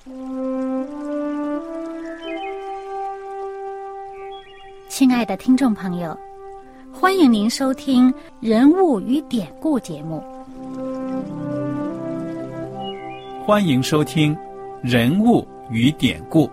亲爱的听众朋友，欢迎您收听《人物与典故》节目。 欢迎收听《人物与典故》。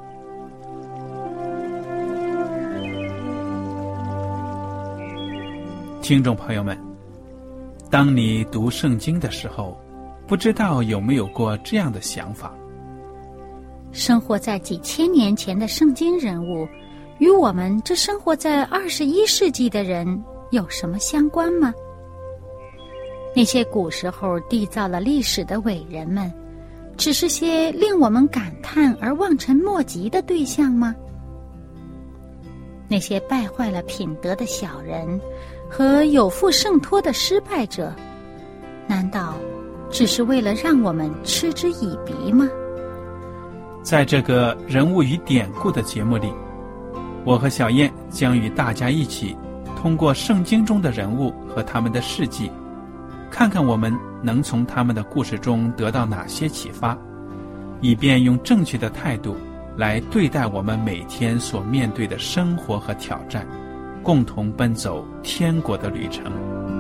听众朋友们，当你读圣经的时候，不知道有没有过这样的想法？ 生活在几千年前的圣经人物，与我们这生活在21世纪的人有什么相关吗？那些古时候缔造了历史的伟人们，只是些令我们感叹而望尘莫及的对象吗？那些败坏了品德的小人和有负圣托的失败者，难道只是为了让我们嗤之以鼻吗？ 在这个人物与典故的节目里，我和小燕将与大家一起通过圣经中的人物和他们的事迹，看看我们能从他们的故事中得到哪些启发，以便用正确的态度来对待我们每天所面对的生活和挑战，共同奔走天国的旅程。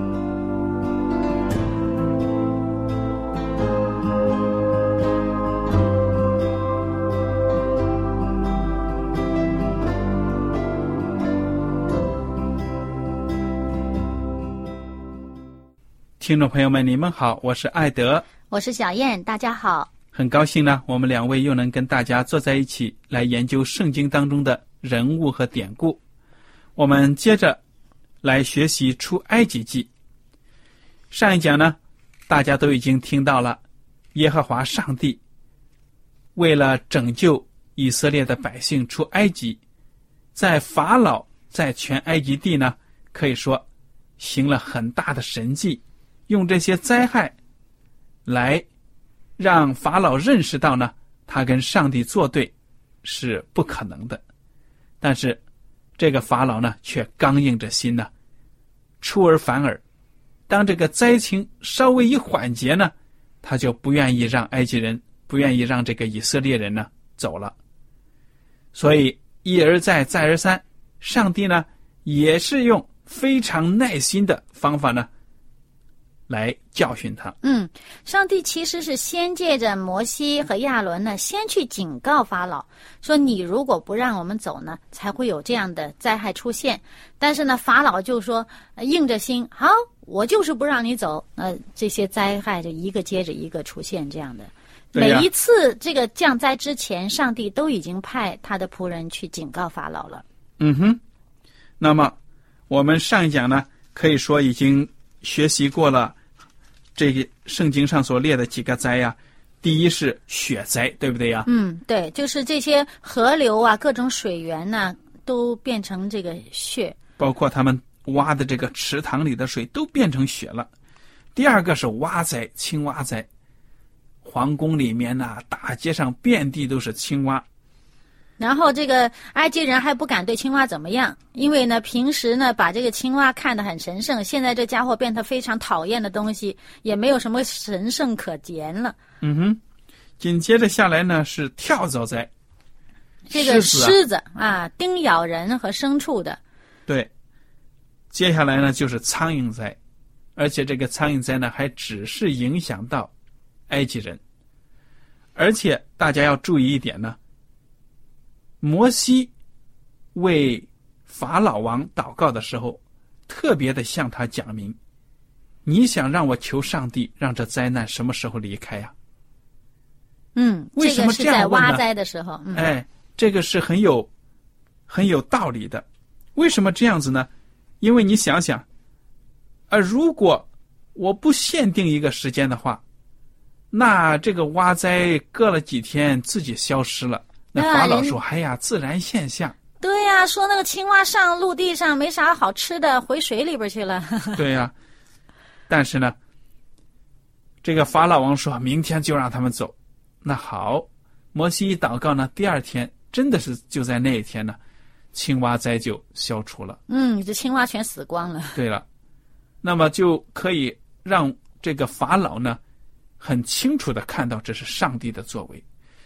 听众朋友们，你们好，我是艾德， 我是小燕，大家好。 很高兴呢，我们两位又能跟大家坐在一起来研究圣经当中的人物和典故。我们接着来学习出埃及记。上一讲呢，大家都已经听到了耶和华上帝为了拯救以色列的百姓出埃及，在法老在全埃及地呢，可以说行了很大的神迹，用这些灾害来让法老认识到呢，他跟上帝作对是不可能的。但是这个法老呢，却刚硬着心呢，出尔反尔。当这个灾情稍微一缓解呢，他就不愿意让埃及人，不愿意让这个以色列人呢走了。所以一而再再而三，上帝呢也是用非常耐心的方法呢来教训他。 上帝其实是先借着摩西和亚伦呢，先去警告法老，说你如果不让我们走呢，才会有这样的灾害出现。但是呢，法老就说硬着心，好，我就是不让你走。这些灾害就一个接着一个出现，这样的。每一次这个降灾之前，上帝都已经派他的仆人去警告法老了。 那么我们上一讲呢，可以说已经学习过了这个圣经上所列的几个灾呀。第一是雪灾，对不对呀？ 对，就是这些河流啊，各种水源呢，都变成这个雪， 包括他们挖的这个池塘里的水都变成雪了。第二个是蛙灾，青蛙灾，皇宫里面呢，大街上遍地都是青蛙。 然后这个埃及人还不敢对青蛙怎么样，因为呢平时呢把这个青蛙看得很神圣，现在这家伙变得非常讨厌的东西，也没有什么神圣可言了。 紧接着下来呢是跳蚤灾， 这个虱子啊叮咬人和牲畜的。 对，接下来呢就是苍蝇灾，而且这个苍蝇灾呢还只是影响到埃及人。而且大家要注意一点呢，摩西为法老王祷告的时候，特别的向他讲明，你想让我求上帝让这灾难什么时候离开呀？为什么这样问呢？ 这个是在挖灾的时候。 这个是很有道理的。为什么这样子呢？因为你想想，如果我不限定一个时间的话，那这个挖灾隔了几天自己消失了。那法老说，哎呀，自然现象。 对呀，说那个青蛙上陆地上没啥好吃的，回水里边去了。 对呀，但是呢，这个法老王说明天就让他们走。那好，摩西一祷告呢，第二天真的是就在那一天呢，青蛙灾就消除了。 这青蛙全死光了。 对了，那么就可以让这个法老呢很清楚地看到这是上帝的作为。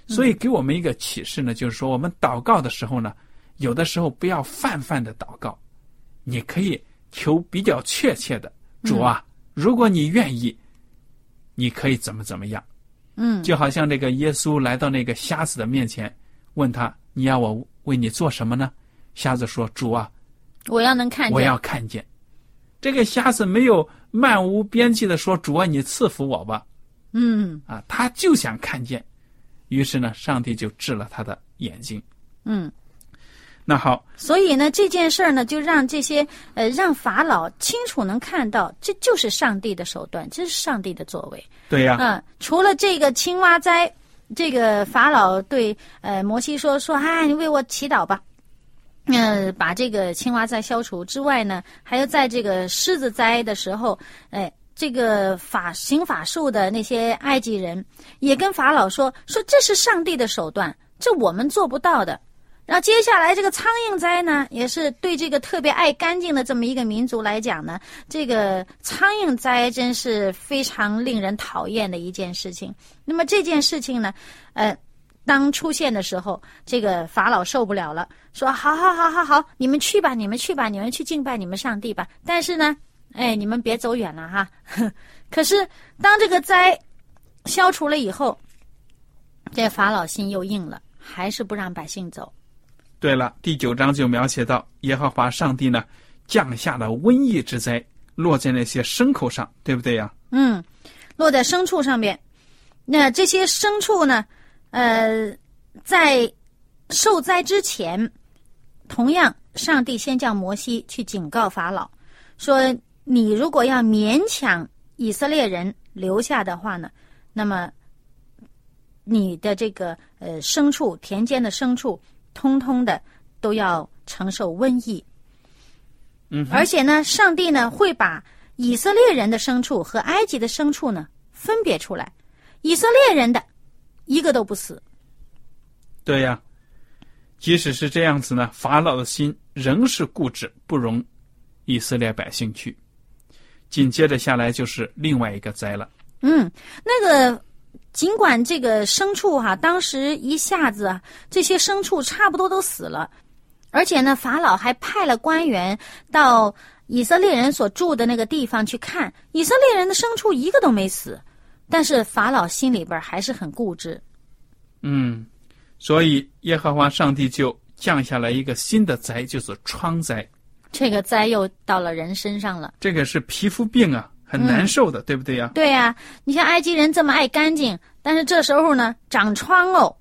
所以给我们一个启示呢，就是说我们祷告的时候呢，有的时候不要泛泛的祷告，你可以求比较确切的，主啊，如果你愿意，你可以怎么样。就好像这个耶稣来到那个瞎子的面前，问他，你要我为你做什么呢？瞎子说，主啊， 我要能看见， 我要看见。这个瞎子没有漫无边际的说，主啊，你赐福我吧。他就想看见。于是呢，上帝就治了他的眼睛。那好， 所以呢，这件事呢，就让这些让法老清楚能看到，这就是上帝的手段，这是上帝的作为。 对呀， 除了这个青蛙灾，这个法老对摩西说，你为我祈祷吧，把这个青蛙灾消除之外呢，还有在这个狮子灾的时候，这个行法术的那些埃及人也跟法老说这是上帝的手段，这我们做不到的。然后接下来这个苍蝇灾呢，也是对这个特别爱干净的这么一个民族来讲呢，这个苍蝇灾真是非常令人讨厌的一件事情。那么这件事情呢，当出现的时候，这个法老受不了了，说好，你们去吧，你们去敬拜你们上帝吧。但是呢，你们别走远了哈。可是当这个灾消除了以后，这法老心又硬了，还是不让百姓走。 对了，第9章就描写到耶和华上帝呢降下了瘟疫之灾，落在那些牲口上，对不对呀？ 落在牲畜上面。那这些牲畜呢，在受灾之前，同样上帝先叫摩西去警告法老，说你如果要勉强以色列人留下的话呢，那么你的这个牲畜，田间的牲畜通通的都要承受瘟疫。而且呢，上帝呢会把以色列人的牲畜和埃及的牲畜呢分别出来，以色列人的一个都不死。 对呀，即使是这样子呢，法老的心仍是固执，不容以色列百姓去。紧接着下来就是另外一个灾了。 那个尽管这个牲畜当时一下子这些牲畜差不多都死了，而且呢，法老还派了官员到以色列人所住的那个地方去看，以色列人的牲畜一个都没死，但是法老心里边还是很固执。 所以耶和华上帝就降下来一个新的灾，就是疮灾。 这个灾又到了人身上了。 这个是皮肤病啊，很难受的，对不对呀？ 对呀，你像埃及人这么爱干净，但是这时候呢，长疮哦。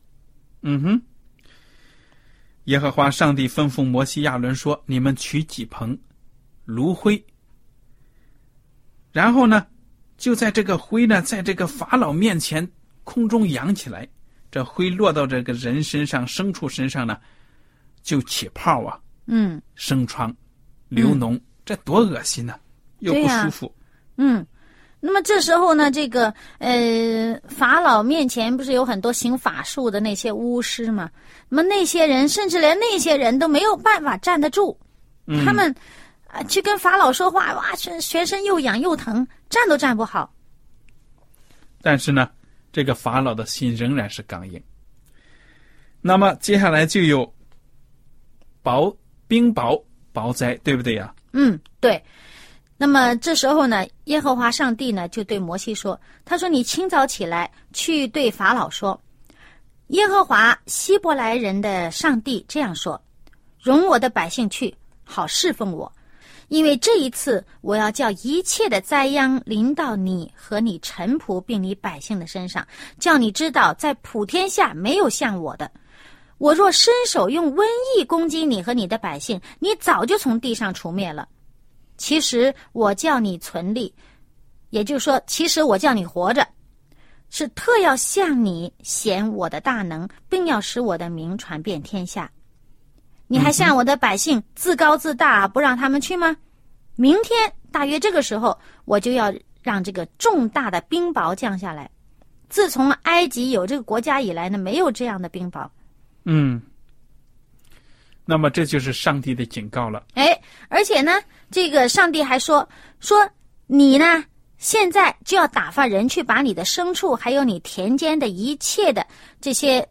耶和华上帝吩咐摩西亚伦说，你们取几棚炉灰，然后呢，就在这个灰呢，在这个法老面前空中扬起来，这灰落到这个人身上、牲畜身上呢，就起泡啊，生疮、流脓，这多恶心呢，又不舒服。 那么这时候呢，这个法老面前不是有很多行法术的那些巫师吗？那么那些人，甚至连那些人都没有办法站得住，他们去跟法老说话，哇，全身又痒又疼，站都站不好。 但是呢，这个法老的心仍然是刚硬。那么接下来就有冰雹灾，对不对呀？ 对。那么这时候呢，耶和华上帝呢就对摩西说，他说，你清早起来去对法老说，耶和华希伯来人的上帝这样说，容我的百姓去，好侍奉我，因为这一次我要叫一切的灾殃临到你和你臣仆并你百姓的身上，叫你知道在普天下没有像我的。我若伸手用瘟疫攻击你和你的百姓，你早就从地上除灭了。其实我叫你存立，也就是说，其实我叫你活着，是特要向你显我的大能，并要使我的名传遍天下。你还向我的百姓自高自大，不让他们去吗？明天大约这个时候，我就要让这个重大的冰雹降下来。自从埃及有这个国家以来呢，没有这样的冰雹。 那么这就是上帝的警告了。 而且呢，这个上帝还说你呢，现在就要打发人去把你的牲畜还有你田间的一切的这些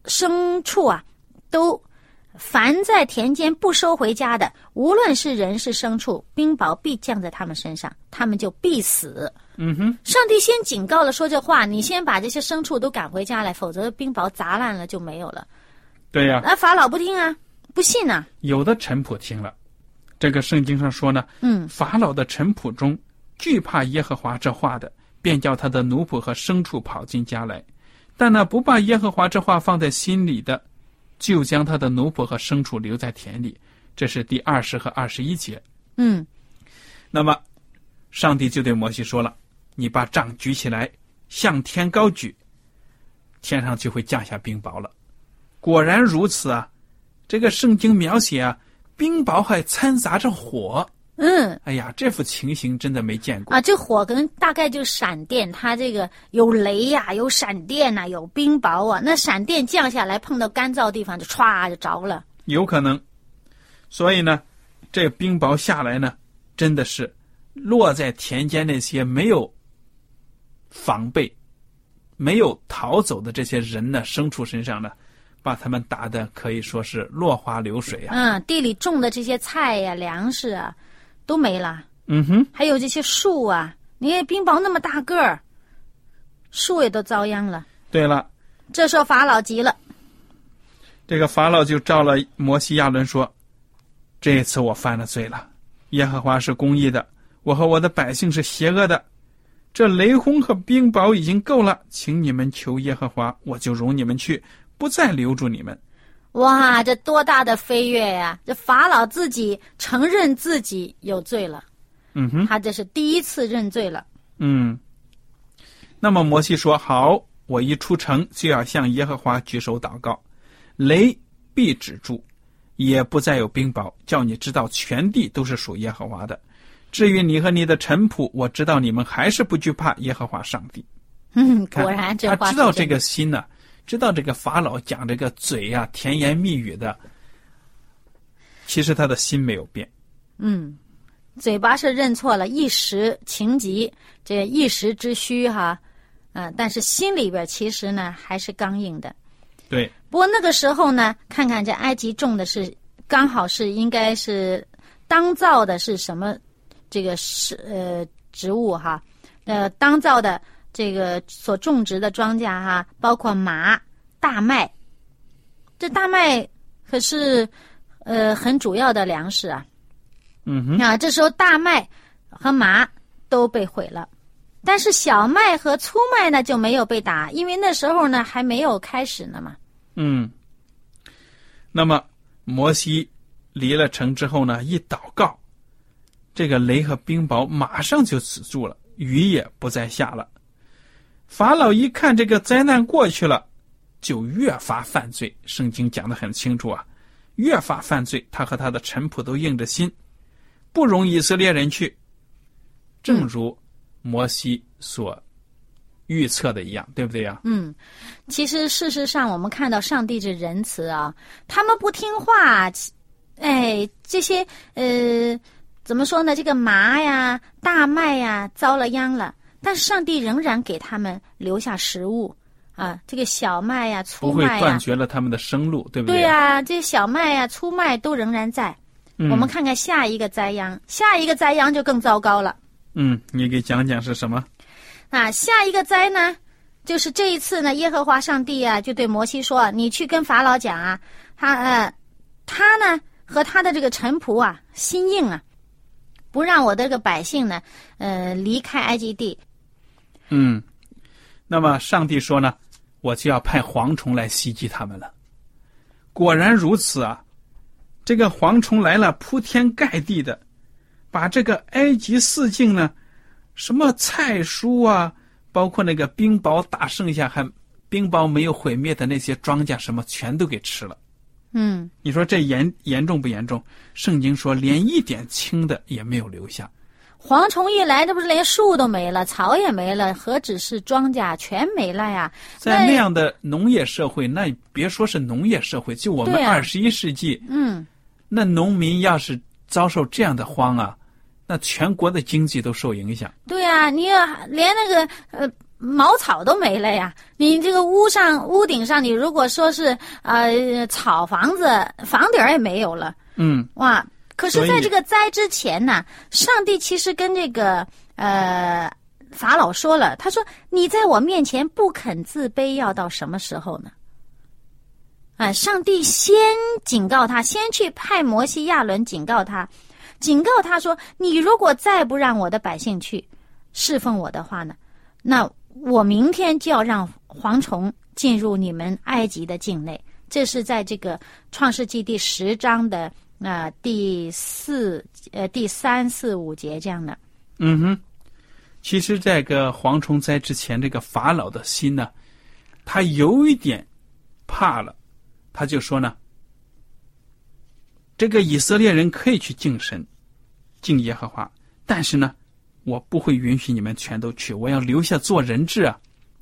牲畜啊，都凡在田间不收回家的，无论是人是牲畜，冰雹必降在他们身上，他们就必死。上帝先警告了说这话，你先把这些牲畜都赶回家来，否则冰雹砸烂了就没有了。 对呀， 那法老不听啊，不信啊。 有的臣仆听了，这个圣经上说呢，法老的臣仆中惧怕耶和华这话的，便叫他的奴仆和牲畜跑进家来，但那不把耶和华这话放在心里的，就将他的奴仆和牲畜留在田里。这是第20和21节。那么上帝就对摩西说了，你把杖举起来，向天高举，天上就会降下冰雹了。果然如此啊，这个圣经描写啊，冰雹还掺杂着火。哎呀，这幅情形真的没见过啊！这火可能大概就是闪电，它这个有雷呀、有闪电呐、有冰雹啊。那闪电降下来，碰到干燥地方就歘就着了， 有可能。所以呢，这冰雹下来呢，真的是落在田间那些没有防备、没有逃走的这些人呢、牲畜身上呢，把他们打得可以说是落花流水啊。 地里种的这些菜呀、粮食啊，都没了。还有这些树啊，你看冰雹那么大个儿，树也都遭殃了。 对了， 这时候法老急了， 这个法老就召了摩西亚伦说，这一次我犯了罪了，耶和华是公义的，我和我的百姓是邪恶的，这雷轰和冰雹已经够了，请你们求耶和华，我就容你们去，不再留住你们。 哇，这多大的飞跃呀！这法老自己承认自己有罪了。他这是第一次认罪了。 那么摩西说，好，我一出城就要向耶和华举手祷告，雷必止住，也不再有冰雹，叫你知道全地都是属耶和华的。至于你和你的臣仆，我知道你们还是不惧怕耶和华上帝。 果然这话他知道这个心呢，知道这个法老讲这个嘴啊甜言蜜语的，其实他的心没有变。 嘴巴是认错了，一时情急，这一时之需哈，但是心里边其实呢还是刚硬的。 对。 不过那个时候呢，看看这埃及种的是刚好是应该是当造的是什么这个是植物哈，当造的这个所种植的庄稼哈，包括麻、大麦。这大麦可是很主要的粮食啊。这时候大麦和麻都被毁了，但是小麦和粗麦呢就没有被打，因为那时候呢还没有开始呢嘛。 那么摩西离了城之后呢，一祷告，这个雷和冰雹马上就止住了，雨也不再下了。法老一看这个灾难过去了，就越发犯罪。圣经讲得很清楚啊，越发犯罪，他和他的臣仆都硬着心，不容以色列人去，正如摩西所预测的一样，对不对呀？ 其实事实上我们看到上帝这仁慈啊，他们不听话，这些怎么说呢，这个麻呀、大麦呀遭了殃了，但是上帝仍然给他们留下食物啊，这个小麦呀、粗麦呀， 不会断绝了他们的生路，对不对？ 对呀，这小麦呀、粗麦都仍然在。我们看看下一个灾殃，下一个灾殃就更糟糕了。 你给讲讲是什么？ 下一个灾呢，就是这一次呢，耶和华上帝啊，就对摩西说，你去跟法老讲啊，他呢和他的这个臣仆啊，心硬啊，不让我的这个百姓呢，离开埃及地。 那么上帝说呢，我就要派蝗虫来袭击他们了。果然如此啊，这个蝗虫来了，铺天盖地的，把这个埃及四境呢，什么菜蔬啊，包括那个冰雹打剩下还冰雹没有毁灭的那些庄稼什么，全都给吃了。你说这严重不严重？圣经说连一点轻的也没有留下。 蝗虫一来，这不是连树都没了，草也没了，何止是庄稼，全没了呀！ 在那样的农业社会，那别说是农业社会，就我们21世纪，那农民要是遭受这样的荒啊，那全国的经济都受影响。 对啊，你连那个茅草都没了呀！你这个屋顶上，你如果说是草房子，房顶也没有了。哇！可是在这个灾之前呢，上帝其实跟这个法老说了，他说：“你在我面前不肯自卑，要到什么时候呢？”上帝先警告他，先去派摩西、亚伦警告他说：“你如果再不让我的百姓去侍奉我的话呢，那我明天就要让蝗虫进入你们埃及的境内。”这是在这个创世纪第10章的第3、4、5节这样的。 其实这个蝗虫灾之前，这个法老的心呢，他有一点怕了，他就说呢，这个以色列人可以去敬神敬耶和华，但是呢我不会允许你们全都去，我要留下做人质啊。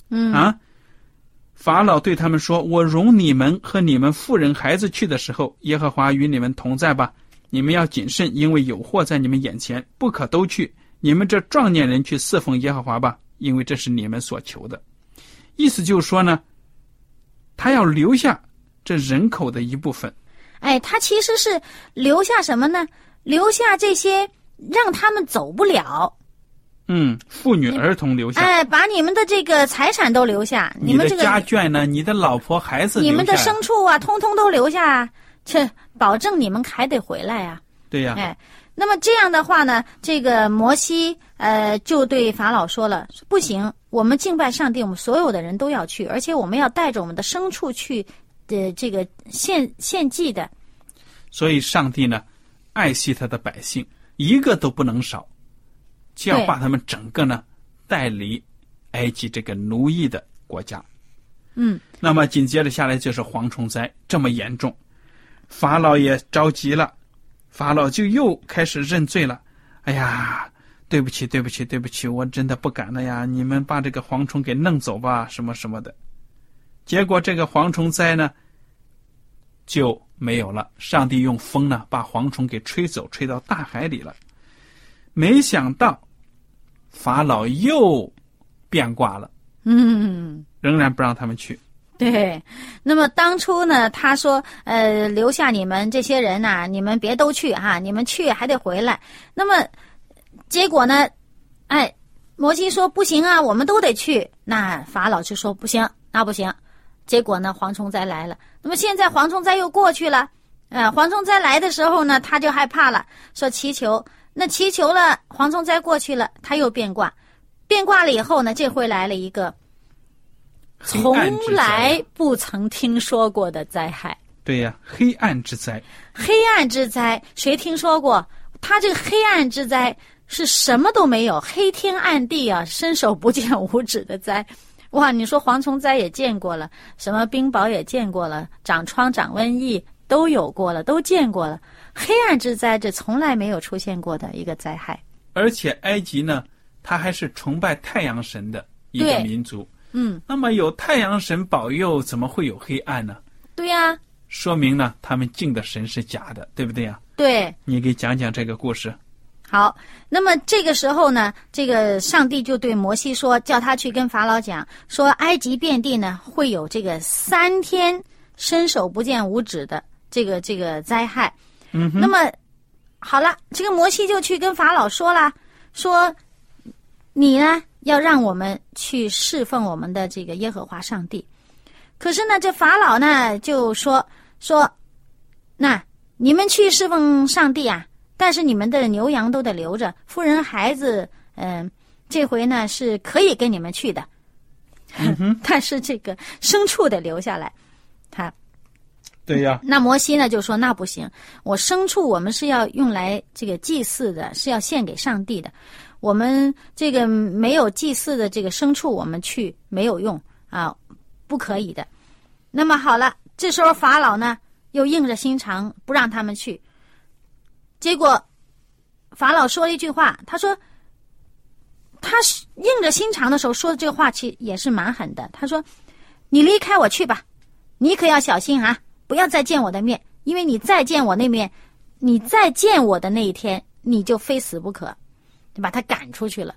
法老对他们说，我容你们和你们妇人孩子去的时候，耶和华与你们同在吧，你们要谨慎，因为有祸在你们眼前，不可都去，你们这壮年人去侍奉耶和华吧，因为这是你们所求的。意思就是说呢，他要留下这人口的一部分。 他其实是留下什么呢？留下这些让他们走不了。 妇女儿童留下。 把你们的这个财产都留下，你们这个家眷呢，你的老婆孩子留下， 你们的牲畜啊，通通都留下，这保证你们还得回来啊。 对呀。 那么这样的话呢，这个摩西就对法老说了，不行，我们敬拜上帝，我们所有的人都要去，而且我们要带着我们的牲畜去这个献祭的。 所以上帝呢爱惜他的百姓，一个都不能少，就要把他们整个呢带离埃及这个奴役的国家。那么紧接着下来就是蝗虫灾，这么严重，法老也着急了，法老就又开始认罪了。哎呀，对不起，我真的不敢了呀，你们把这个蝗虫给弄走吧，什么什么的。结果这个蝗虫灾呢就没有了，上帝用风呢把蝗虫给吹走，吹到大海里了。没想到法老又变卦了，仍然不让他们去。 对，那么当初呢，他说留下你们这些人啊，你们别都去哈，你们去还得回来。那么结果呢，摩西说不行啊，我们都得去。那法老就说不行，那不行。结果呢，蝗虫灾来了。那么现在蝗虫灾又过去了，蝗虫灾来的时候呢，他就害怕了，说祈求。那祈求了，蝗虫灾过去了，他又变卦，变卦了以后呢，这回来了一个从来不曾听说过的灾害。 对呀，黑暗之灾。 黑暗之灾，谁听说过？他这个黑暗之灾是什么都没有，黑天暗地啊，伸手不见五指的灾。哇，你说蝗虫灾也见过了，什么冰雹也见过了，长疮长瘟疫都有过了，都见过了。黑暗之灾，这从来没有出现过的一个灾害。 而且埃及呢，它还是崇拜太阳神的一个民族。那么有太阳神保佑，怎么会有黑暗呢？ 对呀， 说明呢，他们敬的神是假的，对不对呀？ 对， 你给讲讲这个故事。 好，那么这个时候呢，这个上帝就对摩西说，叫他去跟法老讲，说埃及遍地呢会有这个3天伸手不见五指的这个灾害。那么好了，这个摩西就去跟法老说了，说你呢要让我们去侍奉我们的这个耶和华上帝。可是呢，这法老呢就说那你们去侍奉上帝啊，但是你们的牛羊都得留着，妇人孩子这回呢是可以跟你们去的，但是这个牲畜得留下来。 对呀， 那摩西呢就说那不行，我牲畜我们是要用来这个祭祀的，是要献给上帝的，我们这个没有祭祀的这个牲畜我们去没有用啊，不可以的。那么好了，这时候法老呢又硬着心肠不让他们去。结果法老说了一句话，他说他硬着心肠的时候说的这个话其实也是蛮狠的，他说你离开我去吧，你可要小心啊，不要再见我的面，因为你再见我那面，你再见我的那一天你就非死不可，就把他赶出去了。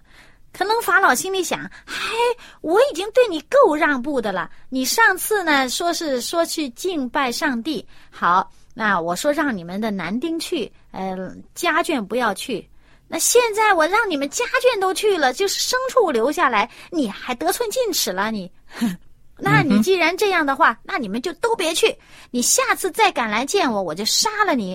可能法老心里想，我已经对你够让步的了，你上次呢说去敬拜上帝，好，那我说让你们的男丁去，家眷不要去，那现在我让你们家眷都去了，就是牲畜留下来，你还得寸进尺了你。那你既然这样的话，那你们就都别去，你下次再敢来见我，我就杀了你。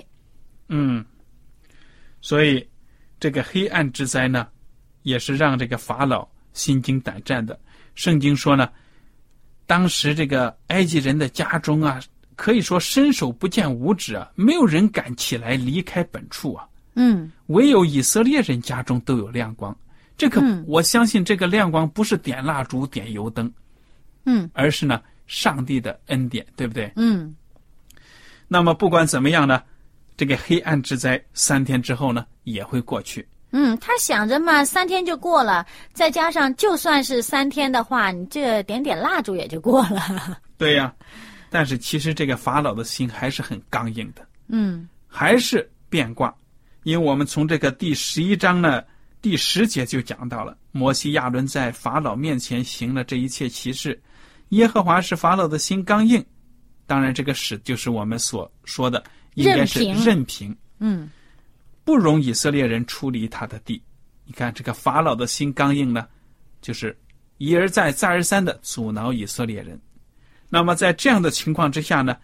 所以这个黑暗之灾呢，也是让这个法老心惊胆战的。圣经说呢，当时这个埃及人的家中啊，可以说伸手不见五指啊，没有人敢起来离开本处啊。唯有以色列人家中都有亮光。这个我相信这个亮光不是点蜡烛点油灯，而是呢上帝的恩典，对不对？那么不管怎么样呢，这个黑暗之灾3天之后呢也会过去。 他想着嘛，3天就过了，再加上就算是3天的话，你这点蜡烛也就过了。 对呀，但是其实这个法老的心还是很刚硬的，还是变卦。因为我们从这个第11章呢第10节就讲到了，摩西亚伦在法老面前行了这一切奇事，耶和华使法老的心刚硬。当然这个使就是我们所说的应该是任凭，不容以色列人出离他的地。你看这个法老的心刚硬呢，就是一而再再而三的阻挠以色列人。那么在这样的情况之下呢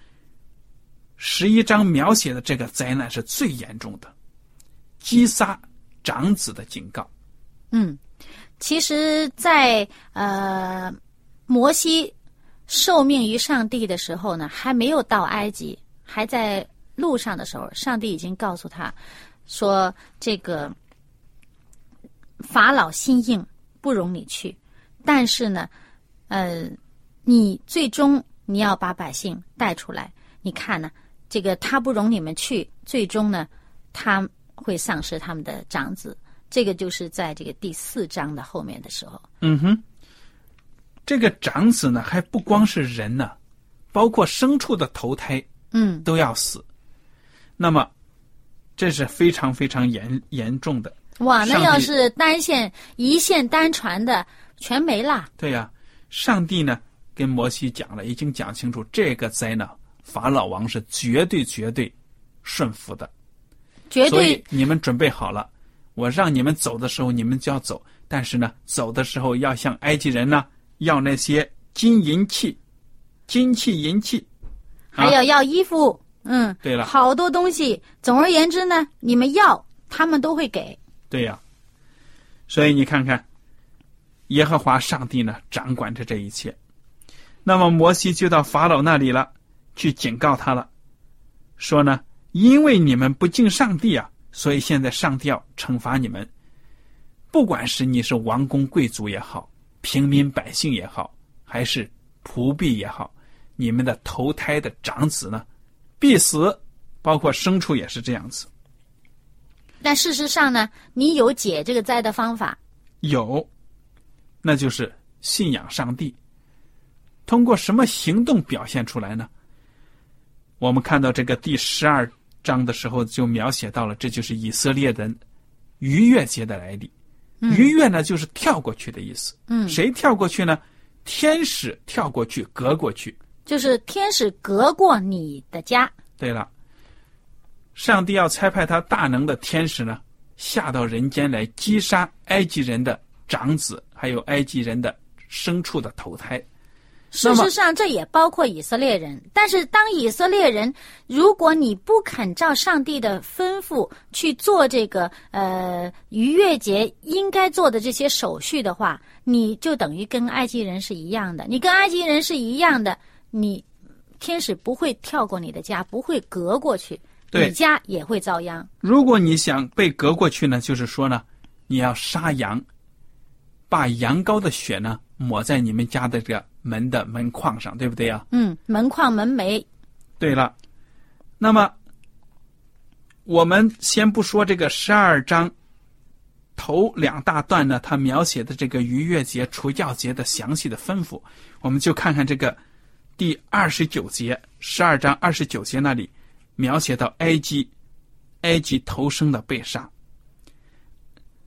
，11章描写的这个灾难是最严重的，击杀长子的警告。 其实在摩西受命于上帝的时候呢，还没有到埃及，还在路上的时候，上帝已经告诉他说，这个法老心硬，不容你去，但是呢你最终你要把百姓带出来。你看呢，这个他不容你们去，最终呢他会丧失他们的长子。这个就是在这个第4章的后面的时候。 这个长子呢还不光是人呢，包括牲畜的头胎都要死。那么这是非常非常严重的。 哇，那要是一线单传的全没了。 对呀，上帝呢跟摩西讲了，已经讲清楚，这个灾呢法老王是绝对顺服的，绝对。所以你们准备好了，我让你们走的时候你们就要走，但是呢走的时候要向埃及人呢要那些金器银器， 还要衣服。 对了， 好多东西。总而言之呢，你们要他们都会给。 对呀，所以你看看耶和华上帝呢掌管着这一切。那么摩西就到法老那里了，去警告他了，说呢，因为你们不敬上帝啊，所以现在上帝要惩罚你们。不管是你是王公贵族也好，平民百姓也好，还是仆婢也好，你们的头胎的长子呢必死，包括牲畜也是这样子。 但事实上呢，你有解这个灾的方法。 有，那就是信仰上帝。通过什么行动表现出来呢？我们看到这个第12章的时候就描写到了，这就是以色列人逾越节的来历。逾越呢就是跳过去的意思。谁跳过去呢？天使跳过去，隔过去， 就是天使隔过你的家。 对了，上帝要差派他大能的天使呢下到人间来击杀埃及人的长子，还有埃及人的牲畜的头胎。 事实上这也包括以色列人，但是当以色列人如果你不肯照上帝的吩咐去做这个逾越节应该做的这些手续的话，你就等于跟埃及人是一样的。你跟埃及人是一样的，你天使不会跳过你的家，不会隔过去，你家也会遭殃。 如果你想被隔过去呢，就是说呢，你要杀羊，把羊羔的血呢抹在你们家的这个门的门框上，对不对啊？ 门框门楣。对了，那么我们先不说这个12章头2大段呢，它描写的这个逾越节除酵节的详细的吩咐，我们就看看这个第29节，12章29节那里描写到埃及头生的被杀。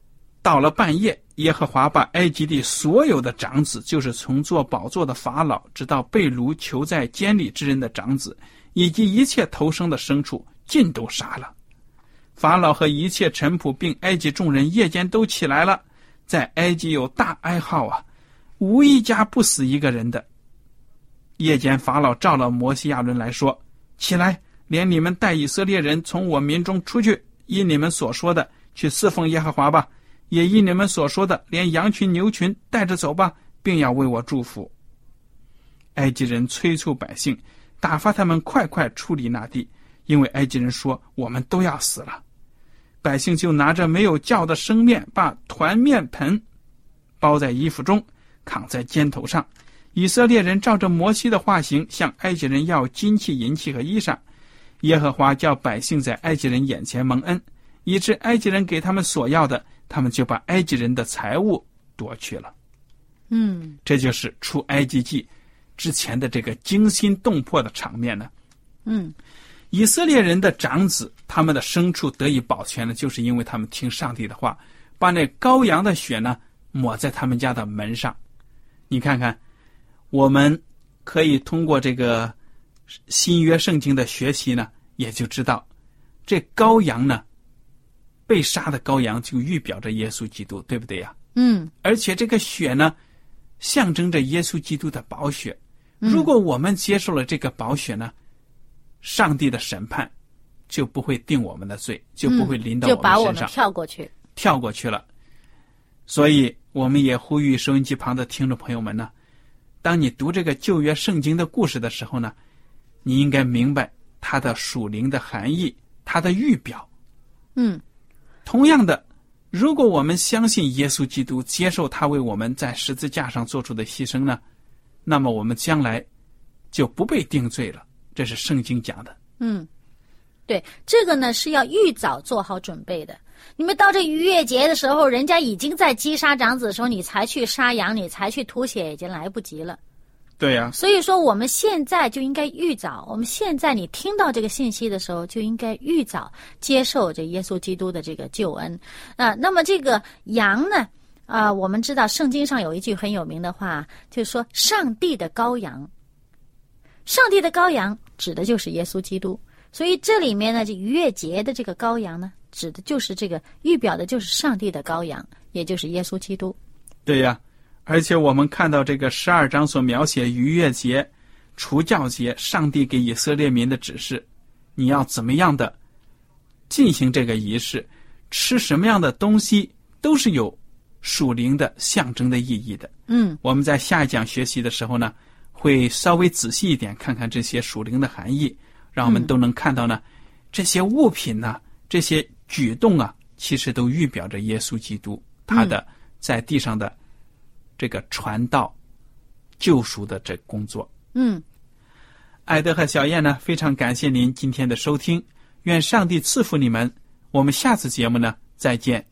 到了半夜，耶和华把埃及地所有的长子，就是从坐宝座的法老直到被掳囚在监里之人的长子，以及一切投生的牲畜尽都杀了。法老和一切臣仆并埃及众人夜间都起来了，在埃及有大哀号啊，无一家不死一个人的。夜间法老召了摩西亚伦来说，起来，连你们带以色列人从我民中出去，依你们所说的去侍奉耶和华吧，也依你们所说的连羊群牛群带着走吧，并要为我祝福。埃及人催促百姓，打发他们快快出离那地，因为埃及人说我们都要死了。百姓就拿着没有酵的生面，把团面盆包在衣服中，扛在肩头上。以色列人照着摩西的话行，向埃及人要金器银器和衣裳。耶和华叫百姓在埃及人眼前蒙恩，以致埃及人给他们所要的，他们就把埃及人的财物夺去了。这就是出埃及记之前的这个惊心动魄的场面呢。以色列人的长子，他们的牲畜得以保全呢，就是因为他们听上帝的话，把那羔羊的血呢抹在他们家的门上。你看看，我们可以通过这个新约圣经的学习呢，也就知道这羔羊呢，被杀的羔羊就预表着耶稣基督，对不对呀？而且这个血呢，象征着耶稣基督的宝血。如果我们接受了这个宝血呢，上帝的审判就不会定我们的罪，就不会临到我们身上， 就把我们跳过去了。所以我们也呼吁收音机旁的听众朋友们呢，当你读这个旧约圣经的故事的时候呢，你应该明白它的属灵的含义，它的预表。同样的，如果我们相信耶稣基督，接受他为我们在十字架上做出的牺牲呢，那么我们将来就不被定罪了。这是圣经讲的。对，这个呢是要预早做好准备的。你们到这逾越节的时候，人家已经在击杀长子的时候，你才去杀羊，你才去吐血，已经来不及了。 对呀。 所以说我们现在就应该预早，我们现在你听到这个信息的时候，就应该预早接受这耶稣基督的这个救恩。那么这个羊呢，我们知道圣经上有一句很有名的话，就是说上帝的羔羊。上帝的羔羊指的就是耶稣基督，所以这里面呢，这逾越节的这个羔羊呢，指的就是这个预表的就是上帝的羔羊，也就是耶稣基督。 对呀，而且我们看到这个12章所描写逾越节、除酵节，上帝给以色列民的指示，你要怎么样的进行这个仪式，吃什么样的东西，都是有属灵的象征的意义的。我们在下一讲学习的时候呢，会稍微仔细一点看看这些属灵的含义，让我们都能看到呢，这些物品呢，这些举动啊，其实都预表着耶稣基督他的在地上的这个传道救赎的这工作。艾德和小燕呢，非常感谢您今天的收听，愿上帝赐福你们，我们下次节目呢再见。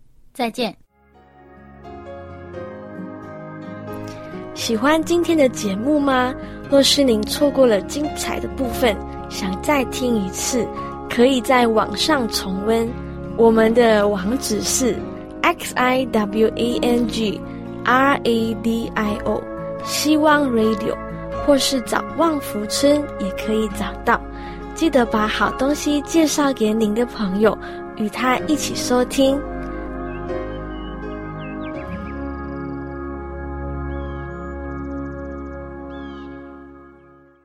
喜欢今天的节目吗？若是您错过了精彩的部分，想再听一次，可以在网上重温。我们的网址是 xiwangradio 希望 radio， 或是找旺福村也可以找到。记得把好东西介绍给您的朋友，与他一起收听。